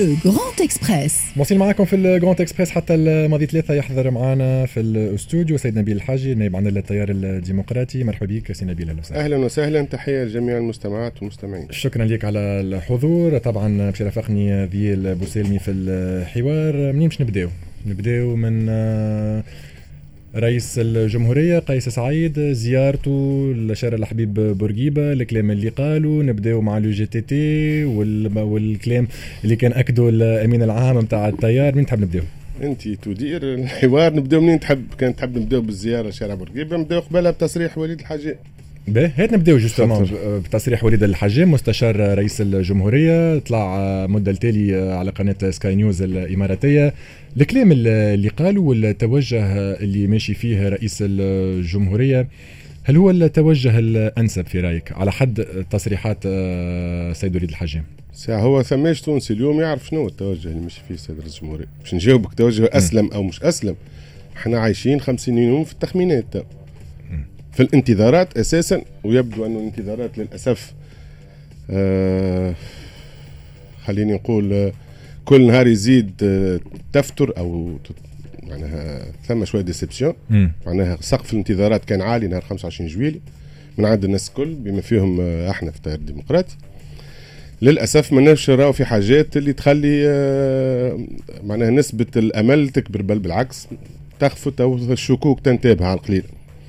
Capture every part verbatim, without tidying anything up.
لو Grand Express. مواصلين معاكم في الجراند اكسبريس حتى الماضي ثلاثة. يحضر معنا في الاستوديو سيد نبيل الحاجي نائب عن التيار الديمقراطي. مرحبا بك سي نبيل. اهلا وسهلا، تحيه لجميع المستمعات والمستمعين. شكرا لك على الحضور. طبعا باش يرافقني ذي البوسيلمي في الحوار. منين باش نبداو؟ نبداو من رئيس الجمهورية قيس سعيد، زيارته لشارع الحبيب بورقيبة، الكلام اللي قالوا. نبداو مع لو جي تي تي والكلام اللي كان أكدوا الأمين العام متاع التيار. من تحب نبداو؟ انت تدير الحوار. نبداو منين تحب؟ كان تحب نبداو بالزيارة شارع بورقيبة، نبداو قبلها بتصريح وليد الحاجي. باهي هات نبداو جوستومون بتصريح وليد الحجام مستشار رئيس الجمهورية. طلع مدة التالي على قناة سكاي نيوز الإماراتية. الكلام اللي قالوا والتوجه اللي ماشي فيه رئيس الجمهورية، هل هو التوجه الأنسب في رأيك على حد تصريحات سيد وليد الحجام؟ ساعة هو ثماش تونسي اليوم يعرف شنو التوجه اللي ماشي فيه سيد رئيس الجمهورية. باش نجاوبك توجه أسلم أو مش أسلم، احنا عايشين خمسين يوم في التخمينات في الانتظارات أساسا، ويبدو أن الانتظارات للأسف آه خليني نقول آه كل نهار يزيد آه تفتر أو معناها ثم شوية ديسبسيون. معناها سقف الانتظارات كان عالي نهار خمسة وعشرين جويلي من عند الناس الكل بما فيهم آه احنا في التيار الديمقراطي. للأسف ما نفش نراو في حاجات اللي تخلي آه معناها نسبة الأمل تكبر، بل بالعكس تخفت أو الشكوك تنتابها عن قليل.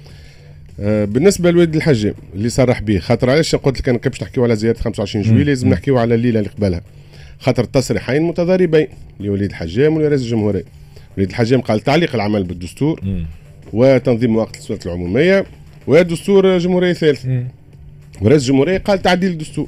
آه بالنسبه لوليد الحجام اللي صرح به، خاطر علاش قلت لك انا كيفاش نحكيو على زياده خمسة وعشرين جويلية لازم نحكيو على الليله اللي قبلها، خاطر التصريحين متضاربين لوليد الحجام ولرئيس الجمهوريه. وليد الحجام قال تعليق العمل بالدستور مم. وتنظيم مواقف السلطات العموميه ودستور جمهوريه ثالث. ورئيس الجمهوريه قال تعديل الدستور.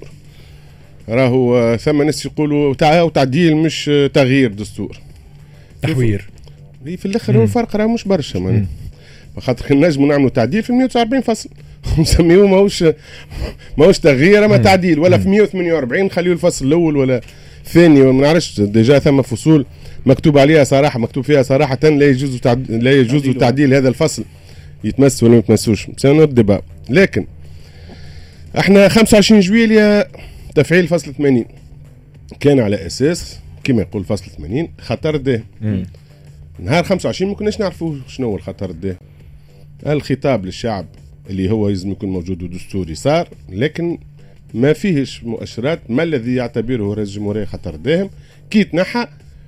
راهو ثم ناس يقولوا تعديل مش تغيير دستور، تحوير. في الاخر الفرق راه مش برشا معناها، خاطر نجموا نعملوا تعديل في مئة وتسعة وأربعين فصل نسميوه ماهوش ماهوش تغيير اما تعديل، ولا في مئة وثمانية وأربعين نخليو الفصل الاول ولا الثاني ما نعرفش. ديجا ثم فصول مكتوب عليها صراحه، مكتوب فيها صراحه لا يجوز تعديل لا يجوز تعديل, تعديل هذا الفصل، يتمس ولا ما يتمسوش سنة الدبا. لكن احنا خمسة وعشرين جويلية تفعيل فصل ثمانين كان على اساس كما يقول فصل ثمانين خطر ده. نهار خمسة وعشرين ما كناش نعرفوا شنو هو الخطر ده. الخطاب للشعب اللي هو يلزم يكون موجود ودستوري صار، لكن ما فيهش مؤشرات ما الذي يعتبره رئيس الجمهورية خطر داهم. كي تنحى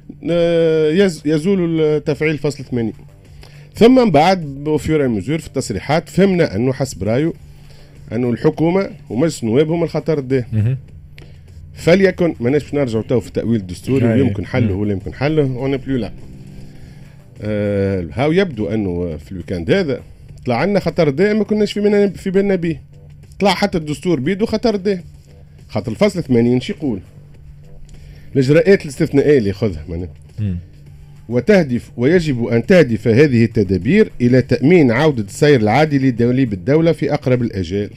يزول تفعيل فصل ثمانين. ثم بعد بوفيور مزور في التصريحات فهمنا أنه حسب رأيه أنه الحكومة ومجلس النواب هم الخطر داهم. فليكن ما ناش نرجعوا تو في التأويل الدستوري ويمكن حله ولا يمكن حله اون بلو لا. آه هاو يبدو أنه في الويكاند هذا طلع عنا خطر دائم ما كناش في بالنا في بالنا به. طلع حتى الدستور بيدو خطر دائم، خاطر الفصل ثمانين شي يقول الإجراءات الاستثنائية اللي ياخذها معناها وتهدف ويجب أن تهدف هذه التدابير إلى تأمين عودة السير العادي للدولي بالدولة في أقرب الأجال.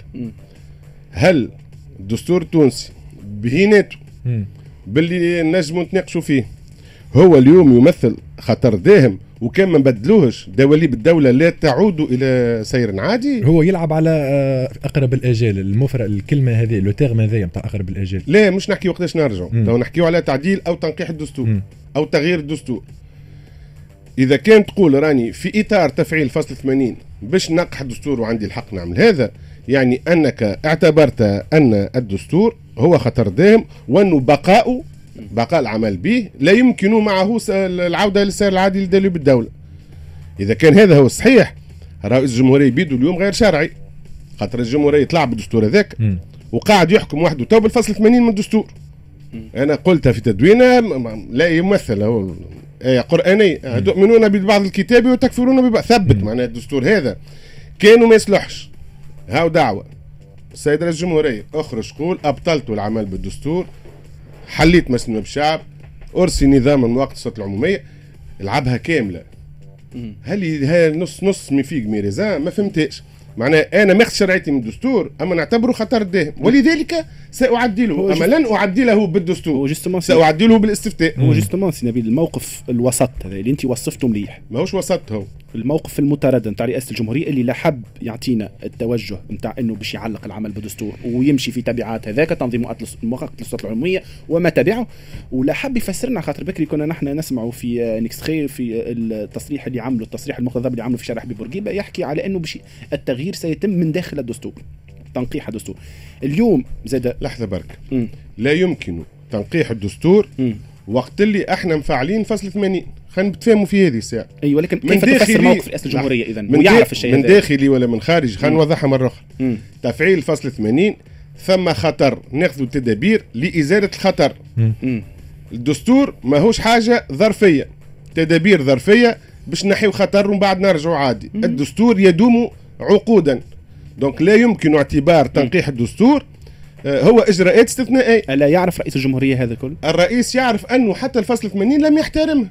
هل الدستور التونسي بهيناته باللي نجموا نتناقشوا فيه هو اليوم يمثل خطر داهم وكان ما بدلوهش دولي بالدولة لا تعود إلى سير عادي؟ هو يلعب على أقرب الأجال، المفرق الكلمة هذه لو تيرم هذايا نتاع أقرب الأجال. لا مش نحكي وقتاش نرجعوا، لو نحكيوا على تعديل أو تنقيح الدستور م. أو تغيير الدستور. إذا كان تقول راني في إطار تفعيل فصل ثمانين باش نقح الدستور وعندي الحق نعمل هذا، يعني أنك اعتبرت أن الدستور هو خطر داهم وأنه بقاؤه بقاء العمل به لا يمكن معه العودة للسير العادي للدولي بالدولة. إذا كان هذا هو الصحيح، رئيس الجمهورية بيدو اليوم غير شرعي، خاطر الجمهورية يطلع بالدستور هذاك وقاعد يحكم وحده تو بالفصل ثمانين من الدستور. أنا قلتها في تدوينة لا يمثل هو آية قرآنية تؤمنون ببعض الكتاب وتكفرون ببعض. ثبت معناه الدستور هذا كانوا ما يصلحش. هاو دعوة السيد رئيس الجمهورية اخرج قول أبطلت العمل بالدستور، حليت مسنوب الشعب، أرسي نظام المواقف السلطات العمومية، العبها كاملة. هل هي نص نص مي فيق ميريزان ما فهمتش. معناه أنا ما شرعيتي من الدستور أما نعتبره خطر داهم ولذلك سأعدله، أما لن أعدله بالدستور، سأعدله بالاستفتاء. هو جستمان سي نبيل الموقف الوسط هذا اللي أنت وصفته مليح، ما هوش وسط، هو الموقف المتردد نتاع رئاسه الجمهوريه اللي لا حب يعطينا التوجه نتاع انه باش يعلق العمل بالدستور ويمشي في تبعات هذاك تنظيم مؤقت للسلطات العموميه وما تبعه، ولا حب يفسرنا خاطر بكري كنا نحن نسمعوا في نكستري في التصريح اللي عمله التصريح المقتضب اللي عمله في شارع حبيب بورقيبه يحكي على انه باش التغيير سيتم من داخل الدستور، تنقيح الدستور. اليوم زاد لحظه برك م. لا يمكن تنقيح الدستور م. وقت اللي احنا مفعلين فصل ثمانين. خلينا نتفاهموا في هذه الساعه. اي ولكن كيف تفسر موقف رئاسه الجمهوريه اذا ويعرف الشيء من داخلي ولا من خارج؟ خلينا نوضحها مره اخرى. تفعيل فصل ثمانين ثم خطر، ناخذ تدابير لازاله الخطر. م. الدستور ماهوش حاجه ظرفيه، تدابير ظرفيه باش نحيو خطر ومن بعد نرجعوا عادي. م. الدستور يدوم عقودا، دونك لا يمكن اعتبار تنقيح الدستور هو اجراءات استثنائيه. الا يعرف رئيس الجمهوريه هذا كله؟ الرئيس يعرف انه حتى الفصل ثمانين لم يحترمه.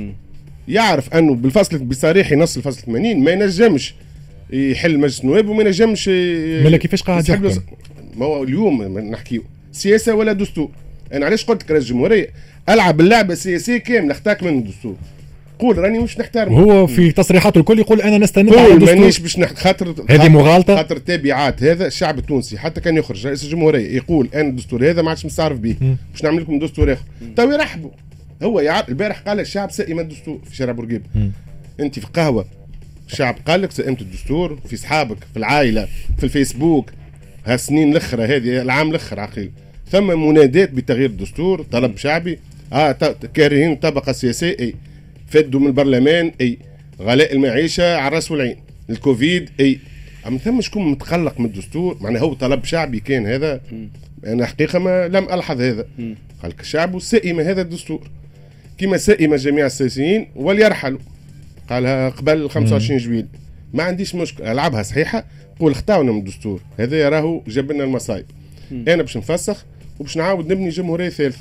يعرف انه بالفصل بصريح نص الفصل ثمانين ما ينجمش يحل مجلس النواب وما ينجمش. مالا كيفاش قاعد يحكم؟ ما هو اليوم نحكيو سياسه ولا دستور. انا علاش قلت لك رئيس الجمهوريه العب اللعبه السياسيه كامله، اختاك من الدستور، قول راني مش نحترم. هو في تصريحاته الكل يقول انا نستند على الدستور، مانيش باش نح... خاطر هذه مغالطه، خاطر تبعات هذا الشعب التونسي. حتى كان يخرج رئيس الجمهوريه يقول انا الدستور هذا ما عادش مستعرف به باش نعمل لكم دستور اخر، تو يرحبوا. هو يعرف البارح قال الشعب سئم الدستور في شارع بورقيبه. انت في قهوه الشعب قال لك سئمت الدستور، في اصحابك في العائله في الفيسبوك هالسنين الاخرى هذه العام الاخر عقيل ثم منادات بتغيير الدستور، طلب شعبي. اه كارهين الطبقه السياسيه، اي فدوا من البرلمان، اي غلاء المعيشه على الراس والعين، الكوفيد، اي اما ثم شكون متقلق من الدستور؟ معناها هو طلب شعبي كان هذا. انا حقيقه ما لم الحظ هذا. قال لك الشعب سئم هذا الدستور كما سئم جميع السياسيين وليرحلوا، قالها قبل خمسة وعشرين جويل. ما عنديش مشكله العبها صحيحه، قول اختاونا من الدستور هذا يراه جاب لنا المصايب. انا باش نفسخ وباش نعاود نبني جمهوريه ثالثه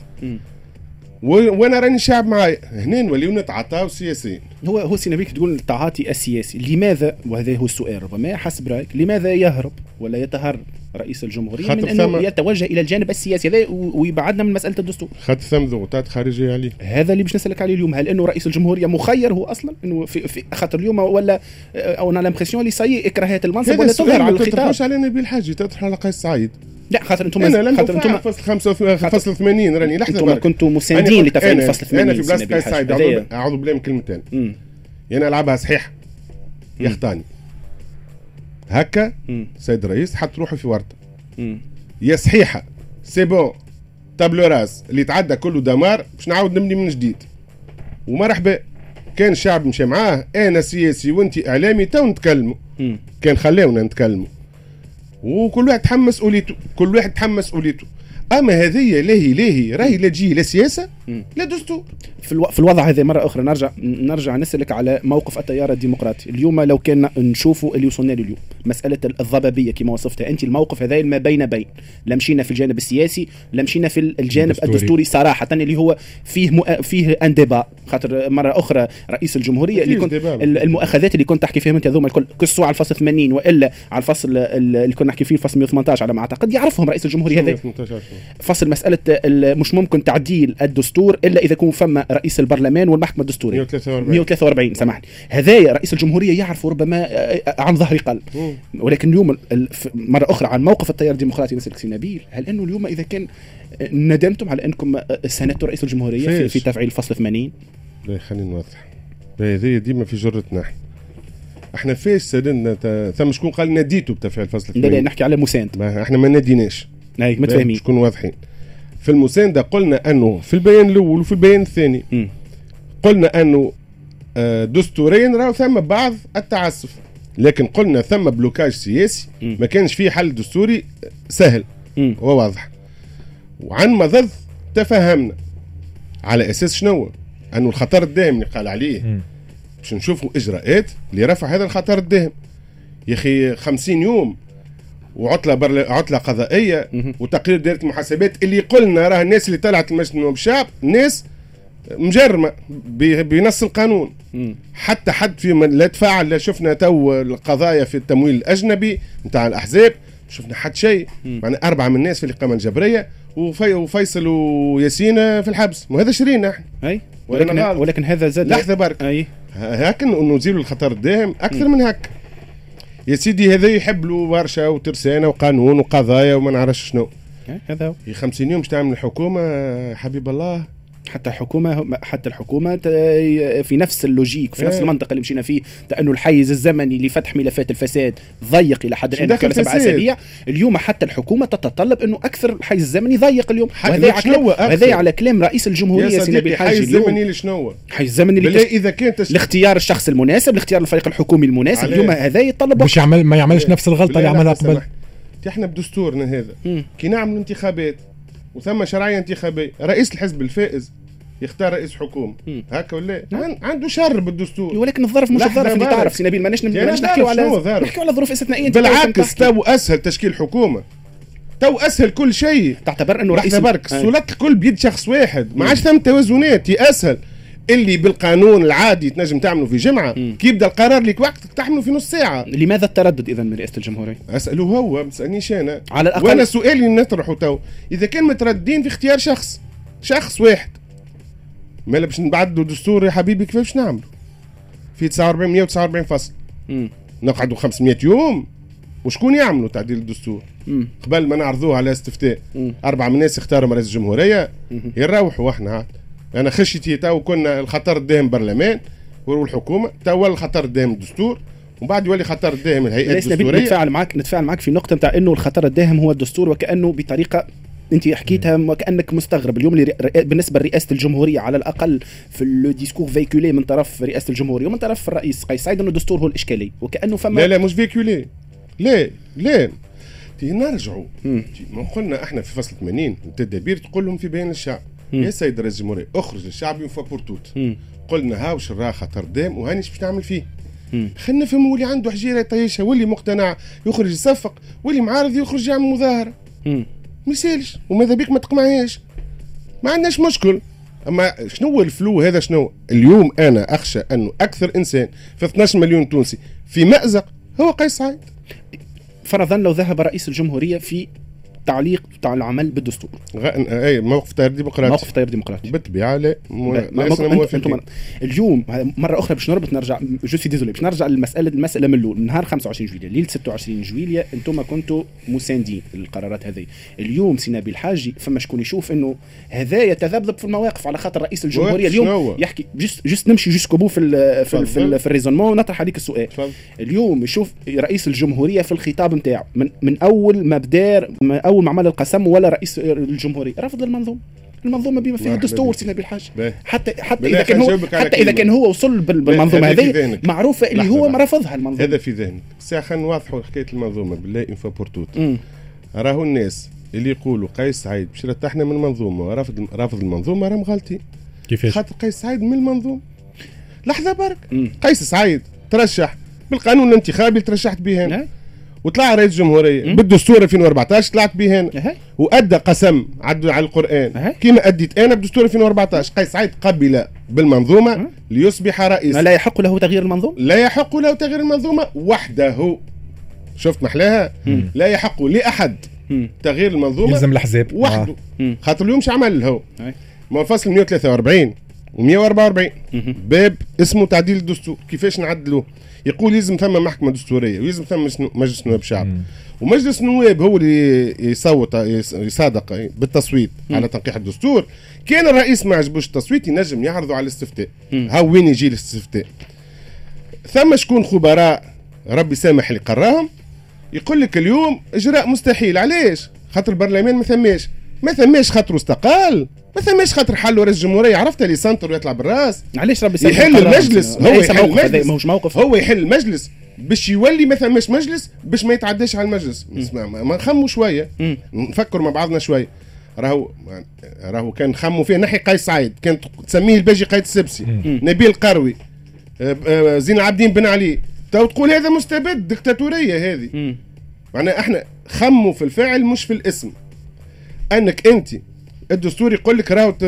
وانا راني شعب معايا. هنا نوليو نتعاطاو سياسيين. هو هو سي نبيك تقول التعاطي السياسي، لماذا وهذا هو السؤال ربما حسب رايك، لماذا يهرب ولا يتهرب رئيس الجمهوريه من انه يتوجه الى الجانب السياسي هذا ويبعدنا من مساله الدستور؟ خاطر ثم ضغوطات خارجيه عليه. هذا اللي باش نسالك عليه اليوم، هل انه رئيس الجمهوريه مخير هو اصلا انه في, في خاطر اليوم ولا او انا لامبرسيون اللي صاي اكراهات المنصب ولا تظهر على الخطاب؟ ما تطرحوش على نبيل الحاج، تطرح على قيس سعيد. لا خاطر انتم خاطر انتم فصل خمسة فصل ثمانين راني لحظه انتم كنتم مساندين لتفعيل فصل ثمانين. انا في بلاصه قيس سعيد اعوذ بالله من كلمتين، يعني العبها صحيح يخطاني هكا. سيد الرئيس حط روحه في ورطه. يا صحيحه سي بون تابلو راس اللي تعدى كله دمار باش نعاود نبني من جديد ومرحبا. كان الشعب مشى معاه، انا سياسي وانت اعلامي تو نتكلموا، كان خلاونا نتكلموا وكل واحد تحمل مسؤوليته، كل واحد تحمل مسؤوليته. اما هذه لاهي لاهي راهي لا تجي لا سياسه لا دستور. في, الو... في الوضع هذا مره اخرى نرجع نرجع نسالك على موقف التيار الديمقراطي اليوم. لو كان نشوفوا اللي وصلنا له اليوم مساله الضبابيه كما وصفتها انت، الموقف هذا ما بين بين لا مشينا في الجانب السياسي لا مشينا في الجانب الدستوري, الدستوري صراحه اللي هو فيه مؤ... فيه ان ديبا. خاطر مره اخرى رئيس الجمهوريه اللي كنت المؤاخذات اللي كنت تحكي فيهم انت هذوما الكل قصوا على الفصل ثمانين والا على الفصل اللي كنا نحكي فيه الفصل مئة وثمانية عشر على ما اعتقد يعرفهم رئيس الجمهوريه هذا. فصل مساله مش ممكن تعديل الدستور الا اذا يكون فما رئيس البرلمان والمحكمه الدستوريه مئة وثلاثة وأربعين سامحني. هذايا رئيس الجمهوريه يعرف ربما عن ظهر قلب. ولكن اليوم مره اخرى عن موقف التيار الديمقراطي نسالك سي نبيل، هل انه اليوم اذا كان ندمتم على انكم ساندتوا رئيس الجمهوريه في, في تفعيل فصل ثمانين؟ لا خلينا نوضح، هذه ديما في جرتنا احنا. احنا فاش سالنا ثم شكون قال ناديتوا بتفعيل فصل ثمانين؟ لا لا نحكي على مساند. ما احنا ما ناديناش، هاي متفاهمين، شكون واضحين. في المساندة قلنا أنه في البيان الأول وفي البيان الثاني م. قلنا أنه دستوريا راهو ثم بعض التعسف، لكن قلنا ثم بلوكاج سياسي م. ما كانش فيه حل دستوري سهل م. وواضح. وعن مضض تفهمنا على أساس شنو أنه الخطر الدائم اللي قال عليه باش نشوفوا إجراءات لرفع هذا الخطر الدائم. يا أخي خمسين يوم وعطله برل... عطله قضائيه وتقرير دائره المحاسبات اللي قلنا راه الناس اللي طلعت المجلس النواب الشعب ناس مجرمه ب... بنص القانون. م. حتى حد في من لا تفاعل. لا شفنا تو القضايا في التمويل الاجنبي نتاع الاحزاب شفنا حد شيء. معنا اربعه من الناس في الاقامه الجبريه وفي... وفيصل وياسين في الحبس، وهذا شرينا احنا. اي ولكن, ولكن هذا زاد لحظه برك اي هاك انه نزيلوا الخطر الداهم اكثر م. من هك يا سيدي. هذا يحب له برشا وترسانه وقانون وقضايا وما نعرفش شنو. هذا هي خمسين يوم باش تعمل الحكومه حبيب الله. حتى الحكومه حتى الحكومه في نفس اللوجيك في نفس المنطقه اللي مشينا فيه، لانه الحيز الزمني لفتح ملفات الفساد ضيق الى حد الان في سبع اسابيع. اليوم حتى الحكومه تتطلب انه اكثر الحيز الزمني ضيق اليوم. هذا على كلام رئيس الجمهوريه سي نبيل الحاج. الحيز الزمني لشنو؟ الحيز الزمني اللي اذا كانت تش... لاختيار الشخص المناسب، لاختيار الفريق الحكومي المناسب. اليوم هذا يتطلب مش يعمل ما يعملش نفس الغلطه اللي عملها قبل. احنا بدستورنا هذا كي نعمل انتخابات وثم شرعيه انتخابيه، رئيس الحزب الفائز يختار رئيس حكومه هكا ولا عنده شر بالدستور. ولكن الظرف مش الظرف اللي تعرف سي نبيل. ماناش نحكيو على نحكيو على ظروف استثنائيه. بالعكس تو اسهل تشكيل حكومه، تو اسهل كل شيء. تعتبر انه رئيس برك السلطات الكل بيد شخص واحد، ما عادش ثم توازنات. اسهل اللي بالقانون العادي تنجم تعمله في جمعه كي يبدا القرار لك وقتك تحمله في نص ساعه. لماذا التردد اذا من رئاسه الجمهوريه؟ اساله هو، ما تسالنيش انا. على الأقل وانا سؤالي نطرحه تو، اذا كان مترددين في اختيار شخص شخص واحد، ما باش نبعدوا دستور يا حبيبي كيفاش نعملوا في تسعة وأربعين مئة وتسعة وأربعين فصل نقعدوا خمسمئة يوم وشكون يعملوا تعديل الدستور؟ مم. قبل ما نعرضوه على استفتاء مم. أربعة من الناس اختاروا رئيس الجمهورية يروحوا. واحنا عاد أنا خشيتي تو كنا الخطر الداهم برلمان والحكومة، تو الخطر الداهم الدستور، ومن بعد يولي خطر الداهم الهيئة الدستورية. نتفاعل معك نتفاعل معك في نقطة نتاع إنه الخطر الداهم هو الدستور، وكأنه بطريقة انت حكيتها وكانك مستغرب اليوم بالنسبه لرئاسه الجمهوريه، على الاقل في الديسكور فيكولي من طرف رئاسه الجمهوريه ومن طرف الرئيس قيس سعيد انه الدستور هو الاشكالي، وكانه فما لا لا مش فيكولي. لا لا تي نرجعوا ما قلنا احنا في فصل ثمانين التدابير تقول لهم في بيان الشعب مم. يا سيد رئيس الجمهوريه اخرج الشعب يوم فابورتوت. قلنا هاوش الراه خطر دام وهانيش باش نعمل فيه. خلينا نفهموا واللي عنده حجيره يطيشها، واللي مقتنع يخرج يصفق، واللي معارض يخرج يعمل مظاهره. ما يسالش وماذا بيك ما تقمعهاش، ما عندناش مشكل. اما شنو الفلو هذا؟ شنو اليوم انا اخشى انه اكثر انسان في اثناش مليون تونسي في مأزق هو قيس سعيد. فرضا لو ذهب رئيس الجمهوريه في تعليق تاع العمل بالدستور، غ... اي موقف تغيير ديمقراطي، موقف تغيير ديمقراطي بالطبيعه. لا لسنا موافقين. اليوم مره اخرى باش نربط نرجع جو سي ديزولي باش نرجع للمساله المساله من الاول. من نهار خمسة وعشرين جويلية ليله ستة وعشرين جويلية انتم كنتوا مساندين للقرارات هذه. اليوم سي نبيل الحاج فما شكون يشوف انه هذا يتذبذب في المواقف على خاطر رئيس الجمهوريه اليوم يحكي جست, جست نمشي جوسكو بو في ال في ال في, ال في الريزونمون ونطرح عليك السؤال. فضل. اليوم يشوف رئيس الجمهوريه في الخطاب نتاعو من, من اول ما بدا اول ما عمل القسم ولا رئيس الجمهوريه رفض المنظومه المنظومه بما فيها الدستور سي نبيل الحاج. حتى حتى اذا كان هو حتى اذا كان هو وصل بالمنظومه هذه معروفه اللي هو ما رفضها المنظومه. هذا في ذهنك. ساعه خلينا نواضحوا حكايه المنظومه بالله انفا بورتوت. راهو الناس اللي يقولوا قيس سعيد باش يرتحنا من المنظومه ورافض رافض المنظومه راهم غالطين. كيفاش؟ خاطر قيس سعيد من المنظومه. لحظه برك مم. قيس سعيد ترشح بالقانون الانتخابي ترشحت به هنا وطلع رئيس جمهوريه بالدستور ألفين وأربعطاش طلعت به هنا وادى قسم عدوا على القران كما اديت انا بدستور ألفين وأربعطاش. قيس سعيد قبل بالمنظومه أه؟ ليصبح رئيس. لا يحق له تغيير المنظومه، لا يحق له تغيير المنظومه وحده. شفت محلاها؟ لا يحق لاحد تغيير المنظومه، يلزم الاحزاب وحده. آه. خاطر اليوم شو عمل هو؟ ما فصل مئة وثلاثة وأربعين ومئة وأربعة وأربعين باب اسمه تعديل الدستور. كيفاش نعدلوه؟ يقول يلزم ثم محكمه دستوريه ويلزم ثم مجلس نواب شعب، ومجلس النواب هو اللي يصوت يصادق بالتصويت مم. على تنقيح الدستور. كان الرئيس ما عجبوش التصويت ينجم يعرضوا على الاستفتاء. هاو وين يجي الاستفتاء؟ ثم شكون خبراء ربي سامح اللي قراهم يقول لك اليوم اجراء مستحيل. علاش؟ خاطر البرلمان ما ثماش ما ثماش خاطر استقال، ما ثماش خاطر حلوا رئيس الجمهوريه. عرفت اللي سنتر ويطلع بالراس. علاش ربي سامح يحل المجلس؟ هو يحل المجلس، ماهوش موقف. هو يحل المجلس باش يولي ما ثماش مجلس باش ما يتعداش على المجلس. ما نخموا شويه م. نفكر مع بعضنا شويه. راهو راهو كان نخموا فيه ناحيه قيس سعيد كانت تسميه الباجي قايد السبسي م. نبيل القروي زين العابدين بن علي، تو تقول هذا مستبد دكتاتوريه هذه. معناها احنا خموا في الفاعل مش في الاسم. انك انت الدستور يقول لك راهو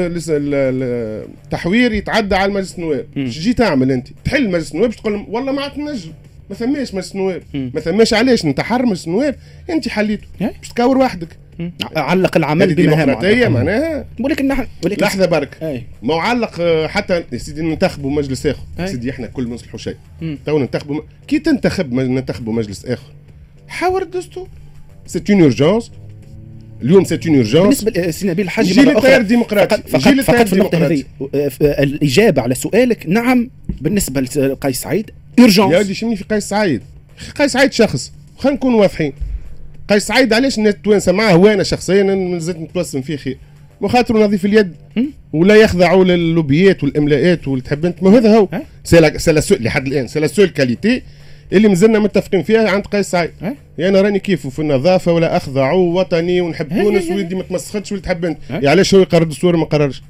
التحوير يتعدى على مجلس النواب، ايش جي تعمل انت؟ تحل مجلس النواب تقول لهم والله ما عاد نجم ما ثماش مجلس نواب، ما ثماش علاش نتحر مجلس نواب، انت حليته باش تكور وحدك. علق العمل بمهامه معناها. ولكن نحن ولكن لحظه برك ما علق حتى يا سيدي ننتخبوا مجلس اخر، يا سيدي احنا كل نصلحوا شيء تو ننتخبوا م... كي تنتخب ننتخبوا مجلس اخر حاور الدستور، سي اون اورجونس اليوم، سي اون اورجونس بالنسبه لسي نبيل الحاج. يجي التيار الديمقراطي فقط, فقط, فقط في النقطه هذه الاجابه على سؤالك نعم. بالنسبه لقيس سعيد اورجونس. يا ودي شمني في قيس سعيد، قيس سعيد شخص، خلينا نكونوا واضحين. قيس سعيد علاش الناس التوانسه معاه وانا شخصيا نزلت نتوسم فيه خير، وخاطر نظيف اليد ولا يخضعوا لللوبيات والاملاءات والتحب انت. ما هذا هو سلا سؤال لحد الان، سلا سؤال كاليتي اللي مازلنا متفقين فيها عند قيس سعيد. يعني انا راني كيفه في النظافه ولا اخضعوا وطني ونحب تونس ويدي ما تمسختش واللي تحب انت. يعني علاش هو يقرر الدستور ما قررش؟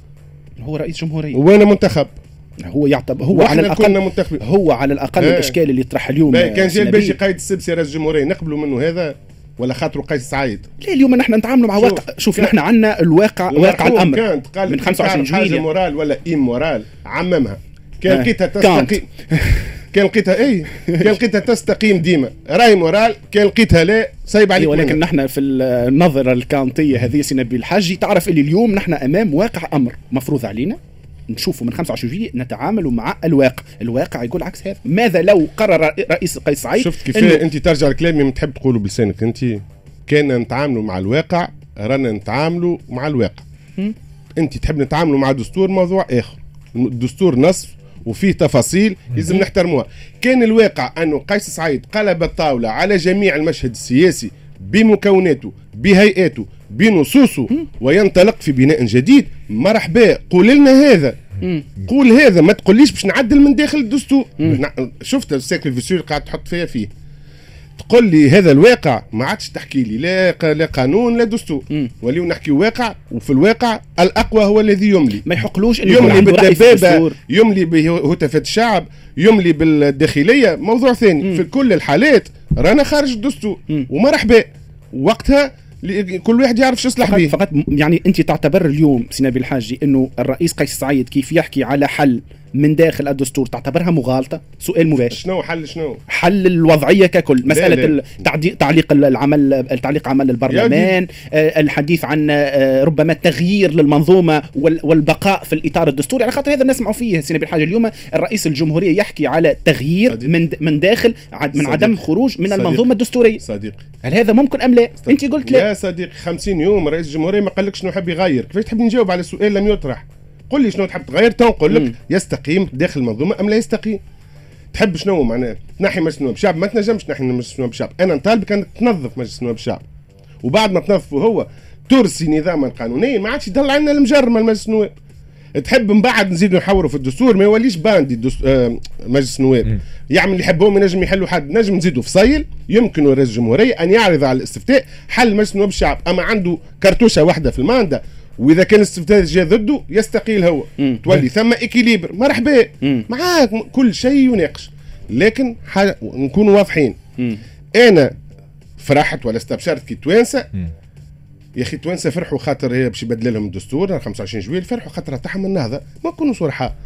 هو رئيس جمهوريه وانا منتخب، هو يعتبر هو على الاقل هو على الاقل اه. الاشكال اللي يطرح اليوم كان جاي الباشي قايد السبسي رئيس الجمهوريه نقبلوا منه هذا ولا خاطر قيس سعيد؟ لا اليوم نحن نتعاملوا مع واقع. شوف نحن عندنا الواقع، واقع الامر كانت قال من خمسة وعشرين جويلية حاجه مورال ولا ايم مورال عممها. كان لقيتها تستقيم كان لقيتها اي كان لقيتها تستقيم ديما راي مورال، كان لقيتها لا صايب عليك. ولكن نحن في النظره الكانتيه هذه سي نبيل الحاج تعرف اللي اليوم نحن امام واقع امر مفروض علينا نشوفوا من خمسة وعشرين جويلية نتعامل مع الواقع. الواقع يقول عكس هذا. ماذا لو قرر رئيس قيس سعيد؟ شفت كيف إنه... انت ترجع لكلامي ما تحب تقوله بلسانك انت. كان نتعاملوا مع الواقع، رانا نتعاملوا مع الواقع. م? انت تحب نتعاملوا مع دستور موضوع اخر، الدستور نص وفيه تفاصيل لازم نحترموها. كان الواقع انه قيس سعيد قلب الطاوله على جميع المشهد السياسي بمكوناته بهيئاته بنصوصه وينطلق في بناء جديد، مرحبا قول لنا هذا. مم. قول هذا، ما تقوليش باش نعدل من داخل الدستور. شفت السيكل الفيسيور قاعد تحط فيها فيه، تقول لي هذا الواقع، ما عادش تحكي لي لا لا قانون لا دستور، وليو نحكي واقع. وفي الواقع الاقوى هو الذي يملي، ما يحقلوش يملي بالدبابه، يملي بهتافات الشعب، يملي بالداخليه، موضوع ثاني. مم. في كل الحالات رانا خارج الدستور ومرحبا وقتها كل واحد يعرف شو يصلح به. فقط يعني انت تعتبر اليوم سي نبيل الحاجي انه الرئيس قيس سعيد كيف يحكي على حل من داخل الدستور تعتبرها مغالطه؟ سؤال مباشر. شنو حل؟ شنو حل الوضعيه ككل؟ مساله التعديل، تعليق العمل، تعليق عمل البرلمان، آه الحديث عن آه ربما التغيير للمنظومه والبقاء في الاطار الدستوري. على خاطر هذا نسمعوا فيه سي نبيل الحاجي اليوم الرئيس الجمهوريه يحكي على تغيير صديق. من من داخل من صديق. عدم خروج من صديق. المنظومه الدستوريه. صديقي هل هذا ممكن ام لا؟ انت قلت لا. يا صديقي خمسين يوم رئيس الجمهوريه ما قالكش شنو حاب يغير، كيفاش تحب نجاوب على سؤال لم يطرح؟ قل لي شنو تحب تغير تنقول لك يستقيم داخل المنظومه ام لا يستقيم. تحب شنو معناه تنحي مجلس نواب الشعب؟ ما تنجمش تنحي مجلس نواب الشعب. انا نطالبك انك تنظف مجلس نواب الشعب، وبعد ما تنظفه هو ترسي نظاما قانونيا ما عادش يضل عندنا المجر مع مجلس النواب. تحب من بعد نزيدوا نحوروا في الدستور ما يوليش باندي آه مجلس النواب يعمل اللي يحبهم، ينجم يحلوا حد، نجم نزيدوا فصيل. يمكن رئيس الجمهوريه ان يعرض على الاستفتاء حل مجلس نواب الشعب، اما عنده كرتوشه واحده في الماندا واذا كان الاستفتاء جاء ضده يستقيل هو. مم. تولي ثم اكيليبر مرحبا معاك كل شيء يناقش، لكن نكون واضحين. مم. انا فرحت ولا استبشرت كي توانسه يا اخي توانسه فرحوا خاطر هي باش يبدل لهم الدستور خمسة وعشرين جويل، فرحوا خاطر تاعهم النهضه. ما نكونوا صرحاء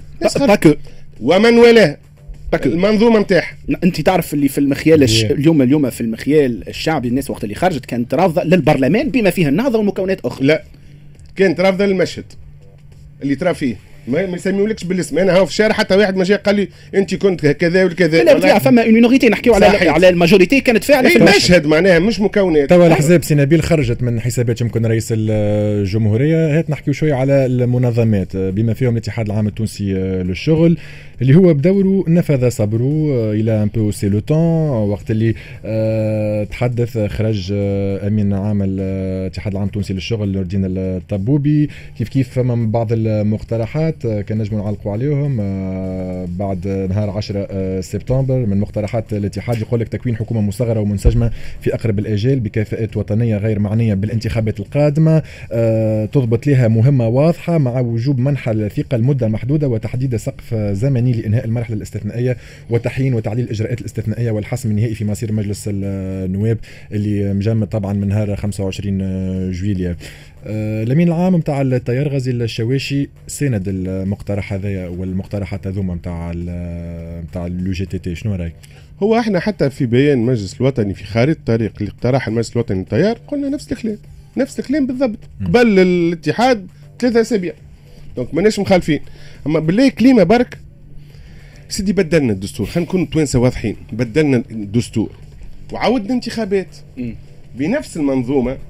ومن والاه المنظومه نتاعها. انت تعرف اللي في المخيال الش... اليوم اليوم في المخيال الشعبي الناس وقت اللي خرجت كانت رافضه للبرلمان بما فيه النهضه ومكونات اخرى. لا كانت رافضه للمشهد اللي ترى فيه، ما يسميولكش بالاسم. انا هاو في الشارع حتى واحد ما جاء قال لي انت كنت كذا وكذا. لا لا فما مينوريتي نحكيو على على الماجوريتي كانت فاعله في المشهد معناها مش مكونات. توا الاحزاب سي نبيل خرجت من حسابات يمكن رئيس الجمهوريه. هات نحكيو شويه على المنظمات بما فيهم الاتحاد العام التونسي للشغل اللي هو بدوره نفذ صبره الى ان بو سي لو طون وقت اللي أه تحدث خرج امين عام الاتحاد العام التونسي للشغل نور الدين الطبوبي كيف كيف من بعض المقترحات كان نجموا نعلقوا عليهم. أه بعد نهار عشرة أه سبتمبر من مقترحات الاتحاد يقول لك تكوين حكومه مصغره ومنسجمه في اقرب الاجال بكفاءات وطنيه غير معنيه بالانتخابات القادمه. أه تضبط لها مهمه واضحه مع وجوب منح الثقه لمده محدوده وتحديد سقف زمني لإنهاء المرحلة الاستثنائية وتحيين وتعديل الإجراءات الاستثنائية والحسم النهائي في مصير مجلس النواب اللي مجمد طبعا من نهار خمسة وعشرين جويلية. الامين العام نتاع التيار غازي الشواشي ساند المقترح هذايا والمقترحات هذوما نتاع نتاع اليو جي تي تي، شنو رايك؟ هو احنا حتى في بيان المجلس الوطني في خريطه الطريق اللي اقترح المجلس الوطني للتيار قلنا نفس الكلام، نفس الكلام بالضبط قبل الاتحاد ثلاثة اسابيع، دونك ماناش مخالفين. اما بالله كلمه برك سيدي بدلنا الدستور، خلينا نكون توانسه واضحين، بدلنا الدستور وعودنا انتخابات م. بنفس المنظومه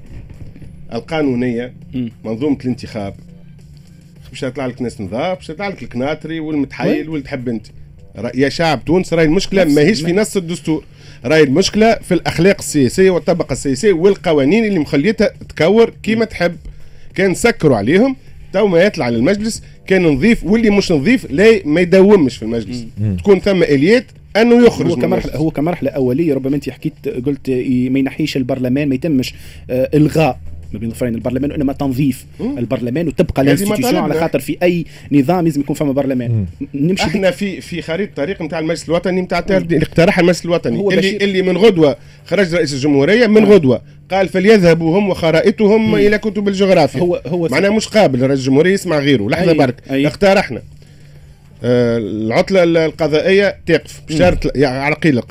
القانونيه م. منظومه الانتخاب، باش يطلع لك ناس نظاف، باش يطلع لك الكناطري والمتحيل واللي تحب انت. يا شعب تونس راهي المشكله ماهيش في نص الدستور، راهي المشكله في الاخلاق السياسيه والطبقه السياسيه والقوانين اللي مخليتها تكور كيما تحب. كان سكروا عليهم تو ما يطلع للمجلس كان نظيف، واللي مش نظيف لا ما يدومش في المجلس، مم. تكون ثم اليات انه يخرج. هو كمرحله هو كمرحله اوليه ربما انت حكيت قلت ما ينحيش البرلمان، ما يتمش آه الغاء ما بين ظفرين البرلمان وانما تنظيف مم. البرلمان وتبقى الانستيتيوشن على خاطر في اي نظام لازم يكون فما برلمان. نمشي احنا في في خريطه الطريق نتاع المجلس الوطني نتاع اللي اقترح المجلس الوطني اللي اللي من غدوه خرج رئيس الجمهوريه من آه. غدوه قال فليذهبوا هم وخرائطهم الى كتب الجغرافيا. هو هو معناها مش قابل رئيس الجمهوريه يسمع غيره. لحظه برك اقترحنا آه العطله القضائيه تقف بشرط يعني على قيل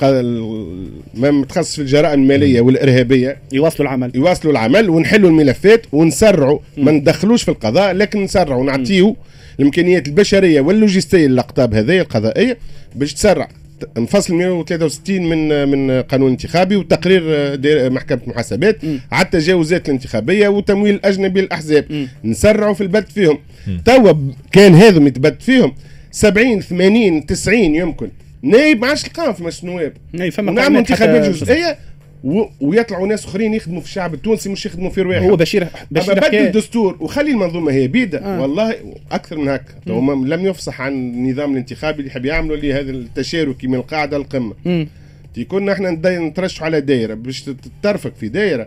ما متخصص في الجرائم الماليه والارهابيه يواصلوا العمل يواصلوا العمل ونحلوا الملفات ونسرعوا، ما ندخلوش في القضاء لكن نسرعوا ونعطيو الامكانيات البشريه واللوجستيه للاقطاب هذه القضائيه باش تسرع. انفصل مئة وثلاثة وستين من من قانون انتخابي وتقرير محكمه محاسبات على التجاوزات الانتخابيه وتمويل الاجنبي للاحزاب، نسرعوا في البت فيهم. توا كان هذم يتبت فيهم سبعين ثمانين تسعين يمكن نايب ما عادش تلقاهم في مجلس النواب، نعمل انتخابات جزئيه و... ويطلعوا ناس اخرين يخدموا في الشعب التونسي مش يخدموا في رواحهم. هو بشير بشير بدل الدستور وخلي المنظومه هي بيده آه. والله اكثر من هكا لم يفصح عن النظام الانتخابي اللي يحب يعملوا لي هذا التشاركي من القاعده للقمه. كنا احنا نترشحوا على دائره باش تترفق في دائره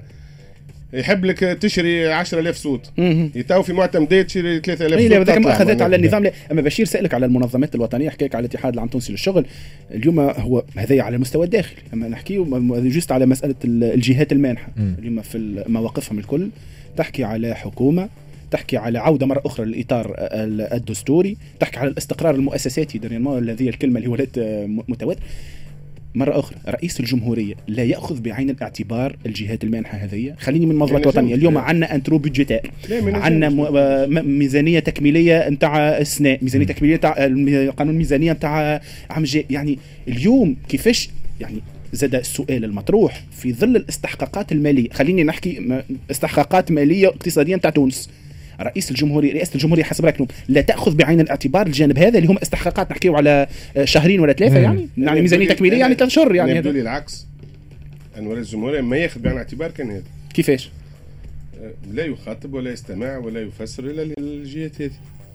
يحب لك تشري عشرة آلاف صوت يتاو في معتمدات تشري ثلاثة آلاف صوت. هذاك مؤاخذات على النظام. اما بشير سألك على المنظمات الوطنيه، حكيك على الاتحاد العام التونسي للشغل اليوم، هو هذا على المستوى الداخلي. اما نحكي جوست على مساله الجهات المانحه اليوم في مواقفهم الكل، تحكي على حكومه، تحكي على عوده مره اخرى للاطار الدستوري، تحكي على الاستقرار المؤسساتي الذي الكلمه اللي ولات متواتر. مرة أخرى رئيس الجمهورية لا يأخذ بعين الاعتبار الجهات المانحة هذه. خليني من منظمات وطنية اليوم عندنا انترو بيدجيتير، عندنا ميزانية تكميلية نتاع السنة، ميزانية تكميلية نتاع قانون ميزانية نتاع عام جاي. يعني اليوم كيفاش يعني زاد السؤال المطروح في ظل الاستحقاقات المالية، خليني نحكي استحقاقات مالية اقتصادية نتاع تونس. رئيس الجمهورية رئاسة الجمهورية حسب رأيكم لا تأخذ بعين الاعتبار الجانب هذا اللي هم استحقاقات نحكيو على شهرين ولا ثلاثة يعني يعني ميزانية تكميلية يعني ثلاث شهور يعني. هذا العكس أن رئيس الجمهورية ما يأخذ بعين الاعتبار كان هذا. كيفاش؟ لا يخاطب ولا يستمع ولا يفسر إلا للجهات هذه.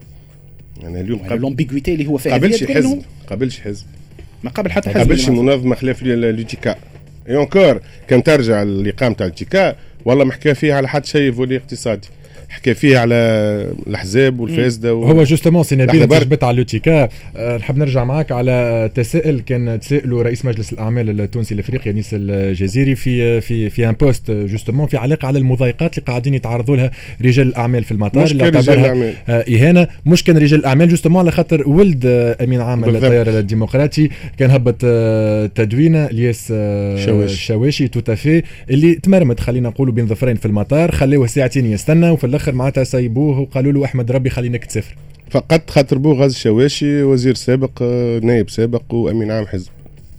يعني اليوم قبل لومبيغويتي اللي هو فيها قبلش حزب قبلش حزب ما قبل حتى حزب قبلش منظمة خلاف لوتيكا يونكور كان ترجع الإقامة تاع التيكا والله ما حكى فيها على حد شيء فولي اقتصادي، حكى فيه على الاحزاب والفاسده و... هو جوستومون سي نبيل تجبت على لوتيكا. أه نحب نرجع معاك على تساؤل كان تسائله رئيس مجلس الاعمال التونسي الافريقي انيس الجزيري في في في ان بوست جوستومون في علاقه على المضايقات اللي قاعدين يتعرضوا لها رجال الاعمال في المطار، اللي اعتبرها اهانه. مش كان رجال الاعمال جوستومون على خاطر ولد امين عام التيار الديمقراطي كان هبط تدوينه الياس الشواشي توتافي اللي تمرمد خلينا نقولوا بين ظفرين في المطار، خلوه ساعتين يستنى وفي الاخر معناتها سايبوه وقالوا له احمد ربي خليناك تسافر فقط خاطر بوه غاز الشواشي وزير سابق نائب سابق وامين عام حزب.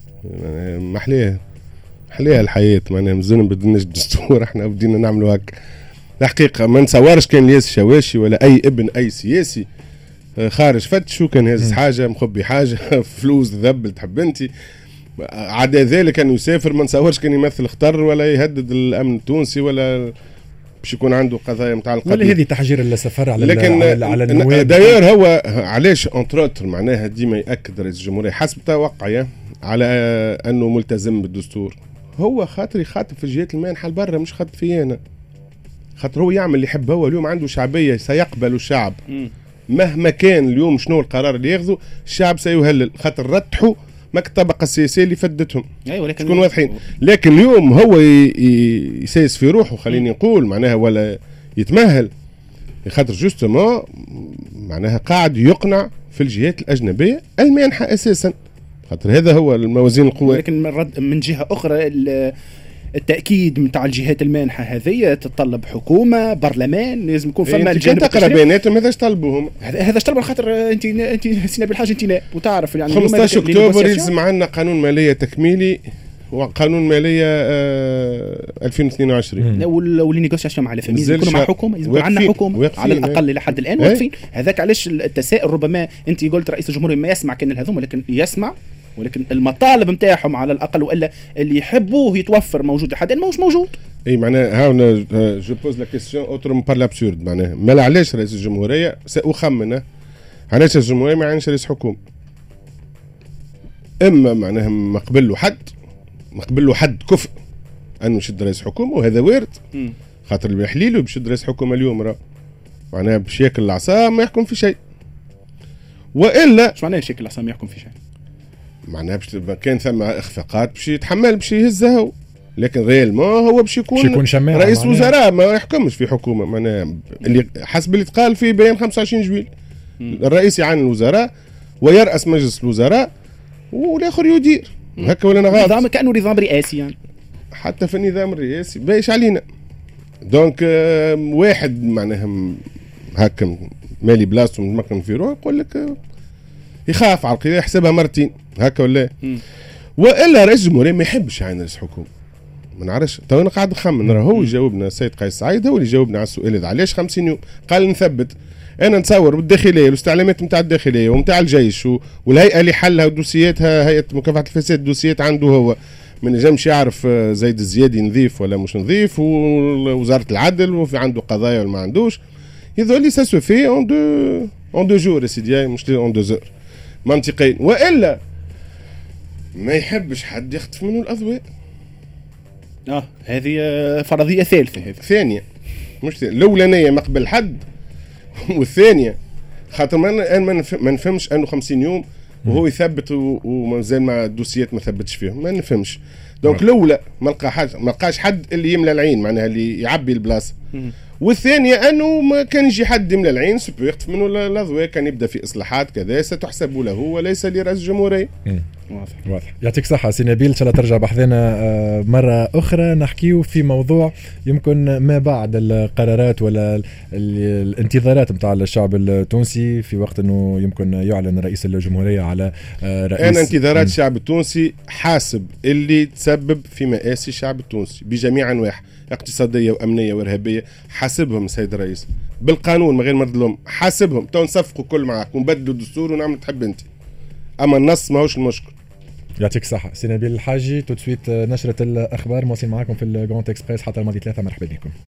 محليه محليه الحياه معناها مازلنا بدناش دستور احنا بدينا نعملوا هكا. الحقيقه ما نصورش كان لياس الشواشي ولا اي ابن اي سياسي خارج فتشو كان هز حاجه مخبي حاجه فلوس ذبل تحب انت عدا ذلك انه يسافر. ما نصورش كان يمثل خطر ولا يهدد الامن التونسي ولا باش يكون عنده قضايا متعلقه ولا هذه تحجير السفر على لكن على, على النواب. داير هو علاش انتروتر معناها ديما ياكد رئيس الجمهوريه حسب توقعي على انه ملتزم بالدستور، هو خاطر يخاطب في الجهات المانحه لبرا مش خاطب في انا، خاطر هو يعمل اللي يحب. هو اليوم عنده شعبيه سيقبل الشعب م. مهما كان اليوم شنو القرار اللي ياخذه الشعب سيهلل، خاطر رتحوا ماك الطبقه السياسيه اللي فدتهم. ايوه لكن تكون واضحين. لكن اليوم هو يسايس في روحه خليني نقول معناها ولا يتمهل خاطر جوستومون معناها قاعد يقنع في الجهات الأجنبية المانحة أساسا، خاطر هذا هو الموازين القوى. لكن من, من جهة أخرى التأكيد متاع الجهات المانحة هذه تتطلب حكومة برلمان، لازم يكون فما الجانب تقرا بيناتهم. هذاش طلبوهم، هذا طلب خاطر انت انت سينا بالحاجه انت لا وتعرف يعني خمسة عشر أكتوبر يلزم عندنا قانون مالية تكميلي وقانون مالية آه ألفين واثنين وعشرين واللي نيغوسياسيون مع الفاميليا يكونوا مع حكومة، يكون عندنا حكومة على الأقل لحد الآن واقفين. هذاك علاش التساؤل، ربما أنت قلت رئيس الجمهورية ما يسمع كان هذوم، ولكن يسمع، ولكن المطالب نتاعهم على الأقل والا اللي يحبوه يتوفر موجود لحد الآن ماهوش موجود. اي معناها هاونا جو بوز لا كيستيون اوترم بار لابسورد، معناها ما علاش رئيس الجمهورية سأخمن علاش الجمهورية ما عندش رئيس حكومة؟ اما معناها ما قبل له حد ما قبل له حد كفء انه يشد رئيس حكومه، وهذا وارد خاطر اللي يحليله بيشد رئيس حكومه اليوم راه معناها باش ياكل العصا ما يحكم في شيء، والا ايش معناه يشكل العصا ما يحكم في شيء؟ معناها باش كان ثم اخفاقات باش يتحمل باش يهزها هو، لكن ريالمون هو باش يكون, يكون رئيس وزراء ما يحكمش في حكومه. معناها اللي حسب اللي تقال في بيان خمسة وعشرين جويل الرئيس يعين الوزراء ويرأس مجلس الوزراء والاخر يدير هكا، ولا انا غلط؟ نظام كانه نظام رئاسي يعني. حتى في النظام الرئاسي بايش علينا دونك آه واحد معناها هكا مالي بلاصته متمكن في روحه يقول لك آه يخاف على القضيه يحسبها مرتين هكا ولا م. والا رئيس الجمهوريه ما يحبش يعين رئيس حكومه. ما نعرفش تو انا قاعد نخمن راه هو يجاوبنا السيد قيس سعيد هو اللي جاوبنا على السؤال هذا علاش خمسين يوم. قال نثبت انا نتصور بالداخليه والاستعلامات نتاع الداخليه ونتاع الجيش والهيئه اللي حلها ودوسياتها هيئه مكافحه الفساد دوسيات عنده هو ما نجمش يعرف زيد الزيادي نظيف ولا مش نظيف، ووزاره العدل وفي عنده قضايا ولا ما عندوش. يظل سا سو في اون دو اون دو جور سيدي مش اون دو زور منطقيين، والا ما يحبش حد يخطف منه الاضواء. اه هذه فرضيه ثالثه. هذه ثانيه مش الاولانيه ما قبل حد والثانيه خاطر ما ما نفهمش انه خمسين يوم وهو يثبت ومازال مع الدوسيات ما ثبتش فيهم، ما نفهمش. دونك الاولى ما لقى حاجه ما لقاش حد اللي يملى العين معناها اللي يعبي البلاصه، والثانيه انه ما كان يجي حد يملى العين سوبر يخطف منه الاضواء، كان يبدا في اصلاحات كذا ستحسب له وليس لرئيس الجمهوريه. واضح واضح. يعطيك صحة سي نبيل، ان شاء الله ترجع بحثنا مرة أخرى نحكيو في موضوع يمكن ما بعد القرارات ولا الانتظارات متاع الشعب التونسي في وقت أنه يمكن يعلن رئيس الجمهورية على رئيس. أنا انتظارات الشعب التونسي حاسب اللي تسبب في مآسي الشعب التونسي بجميع أنواع اقتصادية وأمنية وإرهابية، حاسبهم سيد الرئيس بالقانون من غير مرض لهم، حاسبهم تو نصفقوا كل معاك ونبدلوا الدستور ونعمل تحب انت، أما النص ما هوش المشكل. يعطيك الصحة سي نبيل الحاجي. تو تسويت نشرة الأخبار مواصلين معاكم في الجراند اكسبريس حتى الماضي ثلاثة. مرحبا بكم.